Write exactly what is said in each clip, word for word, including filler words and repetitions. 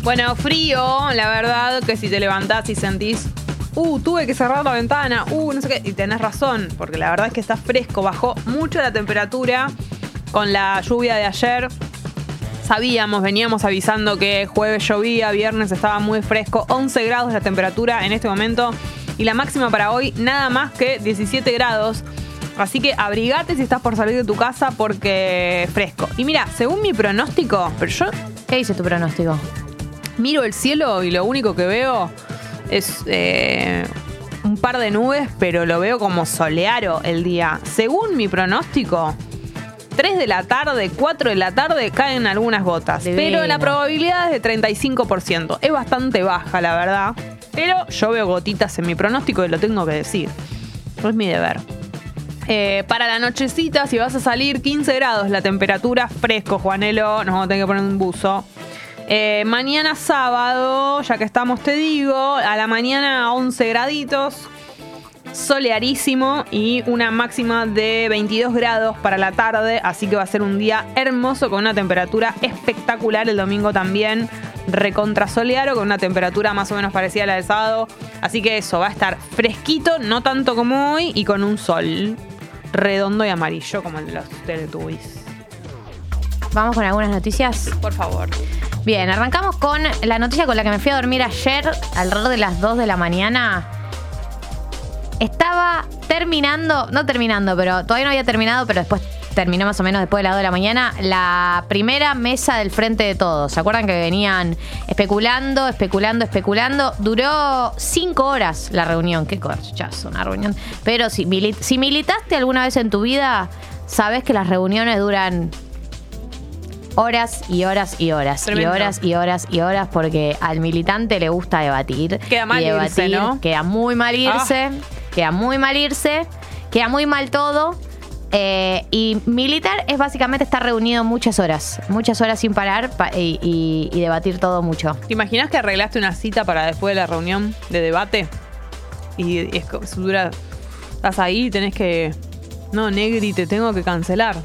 Bueno, frío, la verdad que si te levantás y sentís, uh, tuve que cerrar la ventana, uh, no sé qué, y tenés razón, porque la verdad es que está fresco, bajó mucho la temperatura con la lluvia de ayer. Sabíamos, veníamos avisando que jueves llovía, viernes estaba muy fresco, once grados la temperatura en este momento y la máxima para hoy nada más que diecisiete grados. Así que abrigate si estás por salir de tu casa porque fresco. Y mira, según mi pronóstico, pero yo... ¿Qué dice tu pronóstico? Miro el cielo y lo único que veo es eh, un par de nubes, pero lo veo como soleado el día. Según mi pronóstico, tres de la tarde, cuatro de la tarde caen algunas gotas. Divino. Pero la probabilidad es de treinta y cinco por ciento. Es bastante baja, la verdad. Pero yo veo gotitas en mi pronóstico y lo tengo que decir. Es mi deber. Eh, para la nochecita, si vas a salir, quince grados la temperatura, fresco, Juanelo. Nos vamos a tener que poner un buzo. Eh, mañana sábado, ya que estamos, te digo, a la mañana once graditos, solearísimo y una máxima de veintidós grados para la tarde, así que va a ser un día hermoso con una temperatura espectacular. El domingo también recontrasoleado con una temperatura más o menos parecida a la del sábado, así que eso, va a estar fresquito, no tanto como hoy, y con un sol redondo y amarillo como el de los Teletubbies. Vamos con algunas noticias. Por favor. Bien, arrancamos con la noticia con la que me fui a dormir ayer, alrededor de las dos de la mañana. Estaba terminando, no terminando, pero todavía no había terminado, pero después terminó más o menos después de las dos de la mañana, la primera mesa del Frente de Todos. ¿Se acuerdan que venían especulando, especulando, especulando? Duró cinco horas la reunión. Qué corchazo, una reunión. Pero si, mili- si militaste alguna vez en tu vida, sabés que las reuniones duran horas y horas y horas. Tremendo. Y horas y horas y horas, porque al militante le gusta debatir. Queda mal y debatir, irse, ¿no? Queda muy mal irse. Ah. Queda muy mal irse. Queda muy mal todo. Eh, y militar es básicamente estar reunido muchas horas. Muchas horas sin parar pa- y, y, y debatir todo mucho. ¿Te imaginas que arreglaste una cita para después de la reunión de debate? Y es como, dura, estás ahí y tenés que... No, Negri, te tengo que cancelar.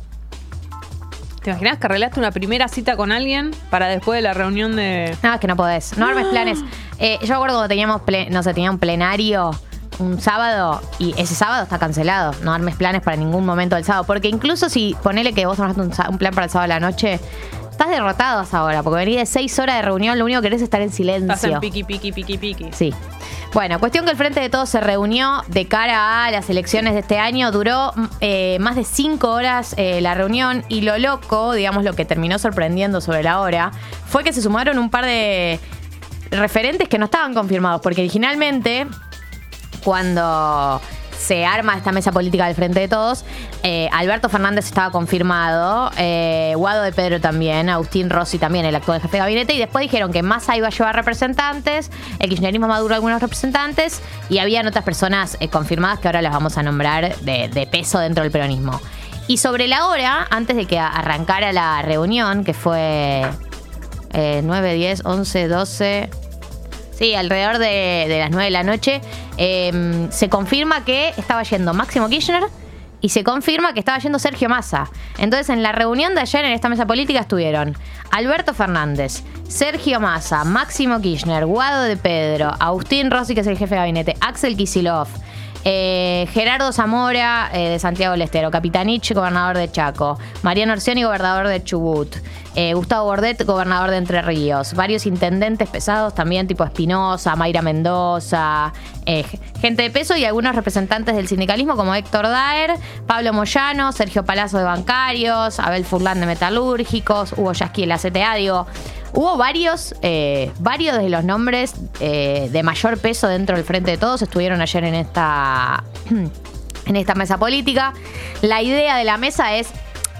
¿Te imaginas que arreglaste una primera cita con alguien para después de la reunión de...? No, es que no podés. No armes planes. Eh, yo acuerdo cuando teníamos, ple- no sé, tenía un plenario un sábado y ese sábado está cancelado. No armes planes para ningún momento del sábado. Porque incluso si ponele que vos tomaste un, sa- un plan para el sábado a la noche, estás derrotado a esa hora. Porque venís de seis horas de reunión, lo único que querés es estar en silencio. Estás en piqui, piqui, piqui, piqui. Sí. Bueno, cuestión que el Frente de Todos se reunió de cara a las elecciones de este año. Duró eh, más de cinco horas eh, la reunión y lo loco, digamos, lo que terminó sorprendiendo sobre la hora, fue que se sumaron un par de referentes que no estaban confirmados, porque originalmente, cuando se arma esta mesa política del Frente de Todos, eh, Alberto Fernández estaba confirmado, eh, Guado de Pedro también, Agustín Rossi también, el actual jefe de gabinete, y después dijeron que Massa iba a llevar representantes, el kirchnerismo Maduro algunos representantes, y habían otras personas eh, confirmadas que ahora las vamos a nombrar de, de peso dentro del peronismo. Y sobre la hora, antes de que arrancara la reunión, que fue eh, nueve, diez, once, doce... Sí, alrededor de, de las nueve de la noche, eh, se confirma que estaba yendo Máximo Kirchner y se confirma que estaba yendo Sergio Massa. Entonces, en la reunión de ayer en esta mesa política estuvieron Alberto Fernández, Sergio Massa, Máximo Kirchner, Guado de Pedro, Agustín Rossi, que es el jefe de gabinete, Axel Kicillof, eh, Gerardo Zamora, eh, de Santiago del Estero, Capitanich, gobernador de Chaco, Mariano Orsioni, gobernador de Chubut, Eh, Gustavo Bordet, gobernador de Entre Ríos. Varios intendentes pesados también, tipo Espinosa, Mayra Mendoza, eh, gente de peso y algunos representantes del sindicalismo como Héctor Daer, Pablo Moyano, Sergio Palazzo de Bancarios, Abel Furlan de Metalúrgicos, Hugo Yasky de la C T A. Digo, hubo varios, eh, varios de los nombres eh, de mayor peso dentro del Frente de Todos estuvieron ayer en esta, en esta mesa política. La idea de la mesa es...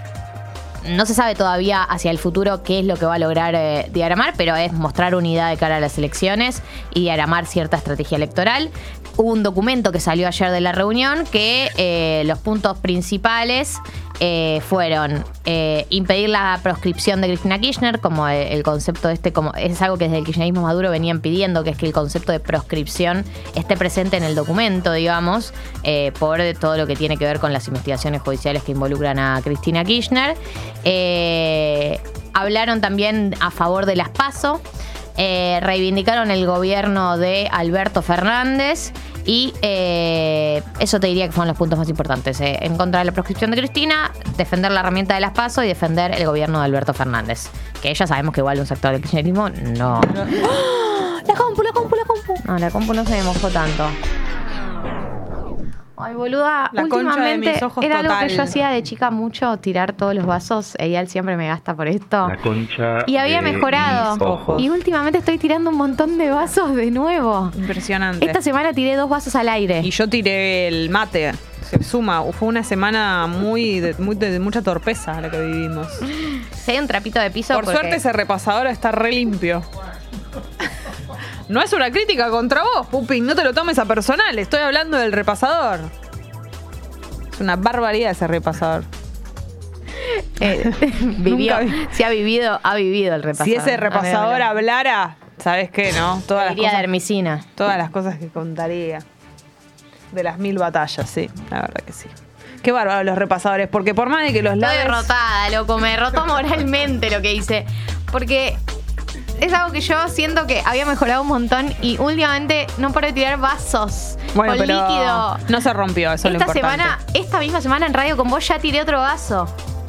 No se sabe todavía hacia el futuro qué es lo que va a lograr eh, diagramar, pero es mostrar unidad de cara a las elecciones y diagramar cierta estrategia electoral. Hubo un documento que salió ayer de la reunión que eh, los puntos principales eh, fueron eh, impedir la proscripción de Cristina Kirchner, como el, el concepto este, como es algo que desde el kirchnerismo Maduro venían pidiendo, que es que el concepto de proscripción esté presente en el documento, digamos, eh, por todo lo que tiene que ver con las investigaciones judiciales que involucran a Cristina Kirchner. Eh, hablaron también a favor de las PASO. eh, reivindicaron el gobierno de Alberto Fernández y eh, eso te diría que fueron los puntos más importantes. Eh, en contra de la proscripción de Cristina, defender la herramienta de las PASO y defender el gobierno de Alberto Fernández. Que ya sabemos que igual un sector del kirchnerismo no... ¡Oh! La compu, la compu, la compu. No, la compu no se me mojó tanto. Ay, boluda, la últimamente concha de mis ojos era total. algo que yo hacía de chica mucho, tirar todos los vasos. Eyal siempre me gasta por esto. La concha y había de mejorado. mis ojos. Y últimamente estoy tirando un montón de vasos de nuevo. Impresionante. Esta semana tiré dos vasos al aire. Y yo tiré el mate. Se suma. Fue una semana muy de, muy de, de mucha torpeza la que vivimos. Si hay un trapito de piso. Por porque... suerte ese repasador está re limpio. No es una crítica contra vos, Pupi. No te lo tomes a personal. Estoy hablando del repasador. Es una barbaridad ese repasador. Eh, vivió, Nunca vi- si ha vivido, ha vivido el repasador. Si ese repasador hablara, ¿sabes qué, no? Todas las Diría de cosas, Hermisina. todas las cosas que contaría. De las mil batallas, sí. La verdad que sí. Qué bárbaro los repasadores, porque por más de que los Estoy laves... derrotada, loco. Me derrotó moralmente lo que hice. Porque es algo que yo siento que había mejorado un montón y últimamente no paro de tirar vasos Bueno, con pero líquido. no se rompió, eso es lo Esta importante. semana, esta misma semana en radio con vos ya tiré otro vaso.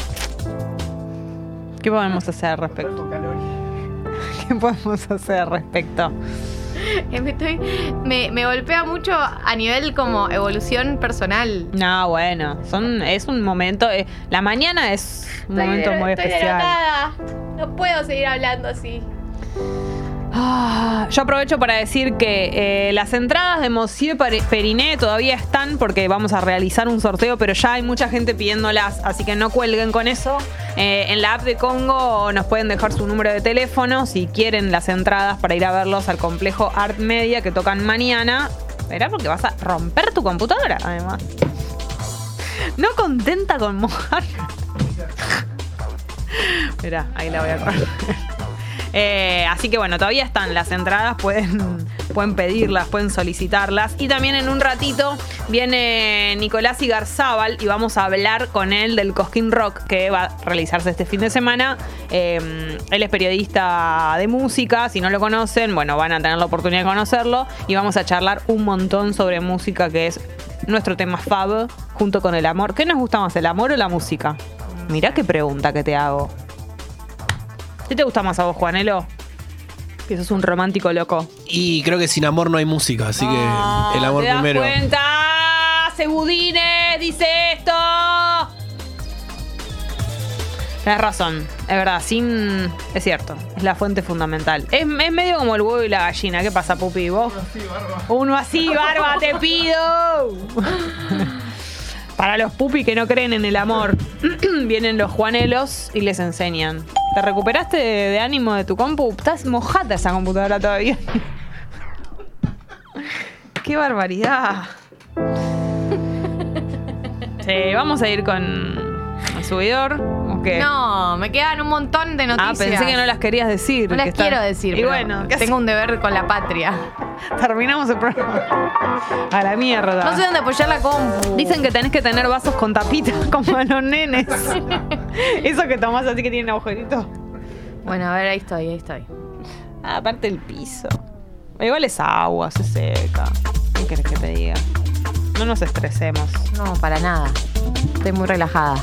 ¿Qué podemos hacer al respecto? ¿Qué podemos hacer al respecto? Eh, Me, estoy, me, me golpea mucho a nivel como evolución personal. No, bueno, son, es un momento... eh, la mañana es un Estoy momento der- muy estoy especial. derrotada. No puedo seguir hablando así. Ah, yo aprovecho para decir que eh, las entradas de Monsieur Peri- Periné todavía están porque vamos a realizar un sorteo, pero ya hay mucha gente pidiéndolas, así que no cuelguen con eso. Eh, en la app de Congo nos pueden dejar su número de teléfono si quieren las entradas para ir a verlos al complejo Art Media que tocan mañana. Verá, porque vas a romper tu computadora, además. No contenta con mojar. Mirá, ahí la voy a correr. Eh, así que bueno, todavía están las entradas, pueden, pueden pedirlas, pueden solicitarlas. Y también en un ratito viene Nicolás Igarzábal y vamos a hablar con él del Cosquín Rock que va a realizarse este fin de semana. Eh, él es periodista de música, si no lo conocen, bueno, van a tener la oportunidad de conocerlo. Y vamos a charlar un montón sobre música, que es nuestro tema fab, junto con el amor. ¿Qué nos gusta más, el amor o la música? Mirá qué pregunta que te hago. ¿Qué te gusta más a vos, Juanelo? Que sos un romántico loco. Y creo que sin amor no hay música, así que Ah, el amor ¿te das primero. cuenta? Sebudines dice esto. Tienes razón, es verdad, sin... Es cierto, es la fuente fundamental. Es, es medio como el huevo y la gallina. ¿Qué pasa, Pupi? ¿Vos? Uno así, barba, te pido. Para los Pupi que no creen en el amor, vienen los Juanelos y les enseñan. ¿Te recuperaste de, de ánimo de tu compu? Estás mojada esa computadora todavía. ¡Qué barbaridad! Sí, vamos a ir con el subidor. ¿O qué? No, me quedan un montón de Ah, noticias. pensé que no las querías decir. No las que están- quiero decir. Y pero bueno, ¿qué tengo un deber con la patria. hace- terminamos el programa. A la mierda. No sé dónde apoyar la compu. Dicen que tenés que tener vasos con tapita, como a los nenes. Eso que tomás así que tienen agujeritos. Bueno, a ver, ahí estoy, ahí estoy. Ah, aparte el piso. Igual es agua, se seca. ¿Qué querés que te diga? No nos estresemos. No, para nada. Estoy muy relajada.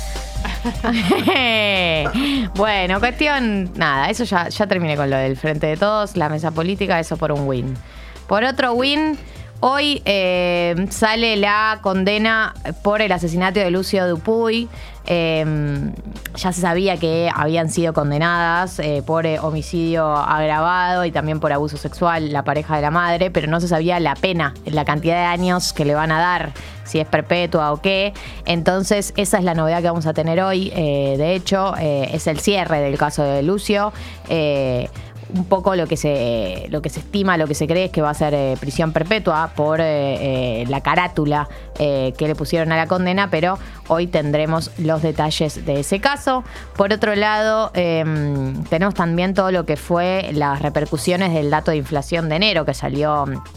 Bueno, cuestión, nada, eso ya, ya terminé con lo del Frente de Todos, la mesa política, eso por un win. Por otro win, hoy eh, sale la condena por el asesinato de Lucio Dupuy. Eh, ya se sabía que habían sido condenadas eh, por eh, homicidio agravado y también por abuso sexual la pareja de la madre, pero no se sabía la pena, la cantidad de años que le van a dar, si es perpetua o qué. Entonces esa es la novedad que vamos a tener hoy. Eh, de hecho, eh, es el cierre del caso de Lucio. Eh, un poco lo que se lo que se estima, lo que se cree es que va a ser eh, prisión perpetua por eh, eh, la carátula eh, que le pusieron a la condena, pero hoy tendremos los detalles de ese caso. Por otro lado, eh, tenemos también todo lo que fue las repercusiones del dato de inflación de enero que salió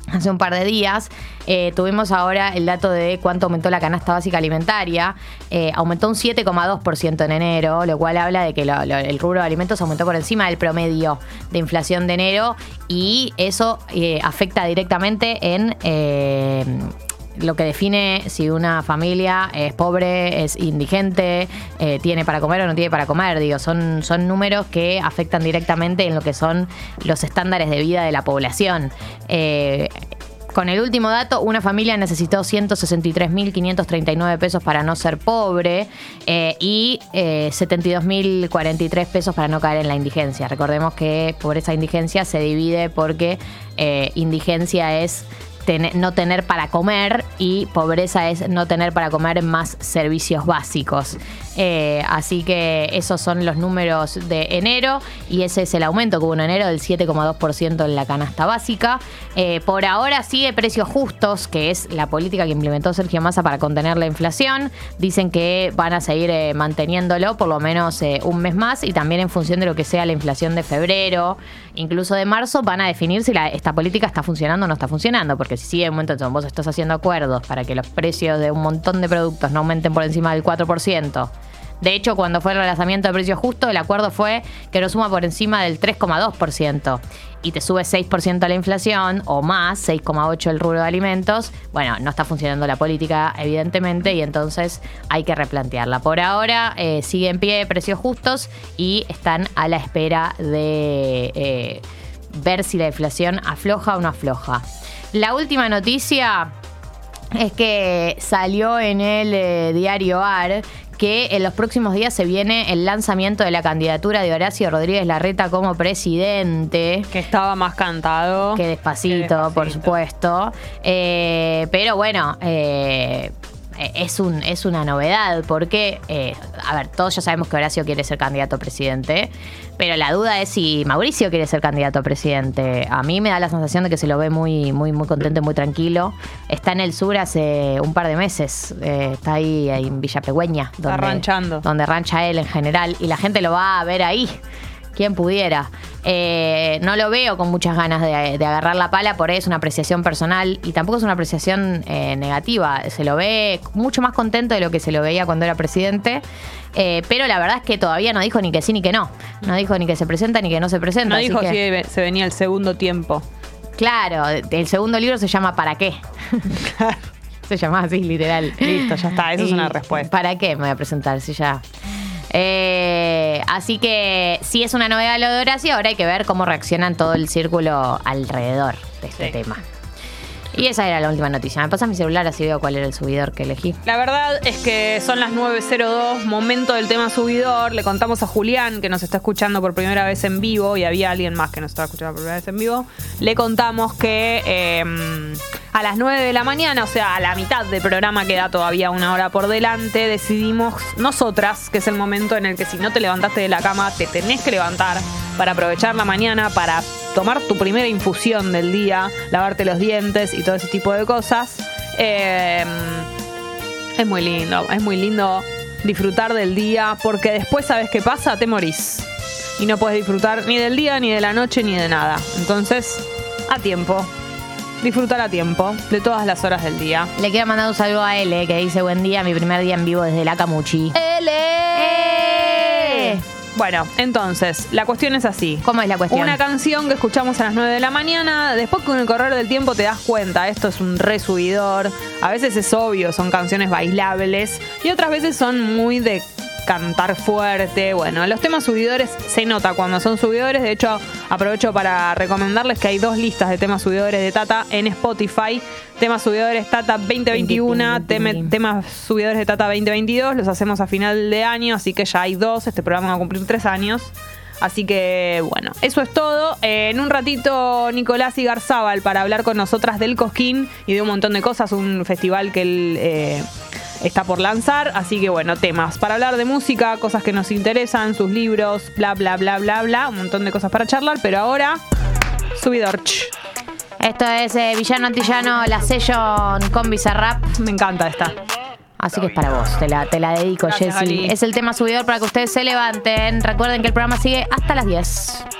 hace un par de días. Eh, tuvimos ahora el dato de cuánto aumentó la canasta básica alimentaria. Eh, aumentó un siete coma dos por ciento en enero, lo cual habla de que lo, lo, el rubro de alimentos aumentó por encima del promedio de inflación de enero, y eso eh, afecta directamente en eh, lo que define si una familia es pobre, es indigente, eh, tiene para comer o no tiene para comer. Digo, son, son números que afectan directamente en lo que son los estándares de vida de la población. Eh, Con el último dato, una familia necesitó ciento sesenta y tres mil quinientos treinta y nueve pesos para no ser pobre eh, y eh, setenta y dos mil cuarenta y tres pesos para no caer en la indigencia. Recordemos que pobreza e indigencia se divide porque eh, indigencia es ten- no tener para comer y pobreza es no tener para comer más servicios básicos. Eh, así que esos son los números de enero, y ese es el aumento que hubo en enero del siete coma dos por ciento en la canasta básica. Eh, por ahora sigue precios justos, que es la política que implementó Sergio Massa para contener la inflación. Dicen que van a seguir eh, manteniéndolo por lo menos eh, un mes más, y también en función de lo que sea la inflación de febrero, incluso de marzo, van a definir si la, esta política está funcionando o no está funcionando, porque si sigue un momento entonces vos estás haciendo acuerdos para que los precios de un montón de productos no aumenten por encima del cuatro por ciento. De hecho, cuando fue el relanzamiento de precios justos, el acuerdo fue que no suma por encima del tres coma dos por ciento. Y te sube seis por ciento la inflación, o más, seis coma ocho por ciento el rubro de alimentos. Bueno, no está funcionando la política, evidentemente, y entonces hay que replantearla. Por ahora, eh, sigue en pie precios justos y están a la espera de eh, ver si la inflación afloja o no afloja. La última noticia es que salió en el eh, diario A R que en los próximos días se viene el lanzamiento de la candidatura de Horacio Rodríguez Larreta como presidente. Que estaba más cantado. Que despacito, que despacito. por supuesto. Eh, pero bueno, eh, es, un, es una novedad porque, eh, a ver, todos ya sabemos que Horacio quiere ser candidato a presidente, pero la duda es si Mauricio quiere ser candidato a presidente. A mí me da la sensación de que se lo ve muy, muy, muy contento y muy tranquilo. Está en el sur hace un par de meses. Eh, está ahí, ahí en Villa Pegüeña. Donde, está ranchando. Donde rancha él en general. Y la gente lo va a ver ahí. Quien pudiera. Eh, no lo veo con muchas ganas de, de agarrar la pala, por ahí es una apreciación personal y tampoco es una apreciación eh, negativa. Se lo ve mucho más contento de lo que se lo veía cuando era presidente, eh, pero la verdad es que todavía no dijo ni que sí ni que no. No dijo ni que se presenta ni que no se presenta. No así dijo que, si se venía el segundo tiempo. Claro, el segundo libro se llama ¿Para qué? Se llama así, literal. Listo, ya está, eso Y es una respuesta. ¿Para qué me voy a presentar si ya...? Eh, así que sí es una novedad lo de Horacio, ahora hay que ver cómo reaccionan todo el círculo alrededor de este Sí. tema. Y esa era la última noticia. Me pasas mi celular así veo cuál era el subidor que elegí. La verdad es que son las nueve cero dos, momento del tema subidor. Le contamos a Julián, que nos está escuchando por primera vez en vivo, y había alguien más que nos estaba escuchando por primera vez en vivo. Le contamos que eh, a las nueve de la mañana, o sea, a la mitad del programa, queda todavía una hora por delante, decidimos nosotras que es el momento en el que si no te levantaste de la cama, te tenés que levantar para aprovechar la mañana, para tomar tu primera infusión del día, lavarte los dientes y todo ese tipo de cosas. Eh, es muy lindo, es muy lindo disfrutar del día, porque después, ¿sabes qué pasa? Te morís. Y no puedes disfrutar ni del día, ni de la noche, ni de nada. Entonces, a tiempo. Disfrutar a tiempo de todas las horas del día. Le quiero mandar un saludo a L, que dice buen día, mi primer día en vivo desde la Camuchi. ¡Ele! ¡Eh! Bueno, entonces, la cuestión es así. ¿Cómo es la cuestión? Una canción que escuchamos a las nueve de la mañana, después con el correr del tiempo te das cuenta, esto es un resubidor. A veces es obvio, son canciones bailables, y otras veces son muy de cantar fuerte. Bueno, los temas subidores se nota cuando son subidores. De hecho, aprovecho para recomendarles que hay dos listas de temas subidores de Tata en Spotify. Temas subidores Tata veinte veintiuno, teme, temas subidores de Tata veinte veintidós. Los hacemos a final de año, así que ya hay dos. Este programa va a cumplir tres años. Así que, bueno, eso es todo. Eh, en un ratito, Nicolás Igarzábal para hablar con nosotras del Cosquín y de un montón de cosas. Un festival que él eh, está por lanzar. Así que, bueno, temas para hablar de música, cosas que nos interesan, sus libros, bla, bla, bla, bla, bla. Un montón de cosas para charlar. Pero ahora, subidor. Esto es eh, Villano Antillano, la Session con Bizarrap. Me encanta esta. Así que es para vos, te la, te la dedico, Gracias, Jessy. Ali. Es el tema subidor para que ustedes se levanten. Recuerden que el programa sigue hasta las diez.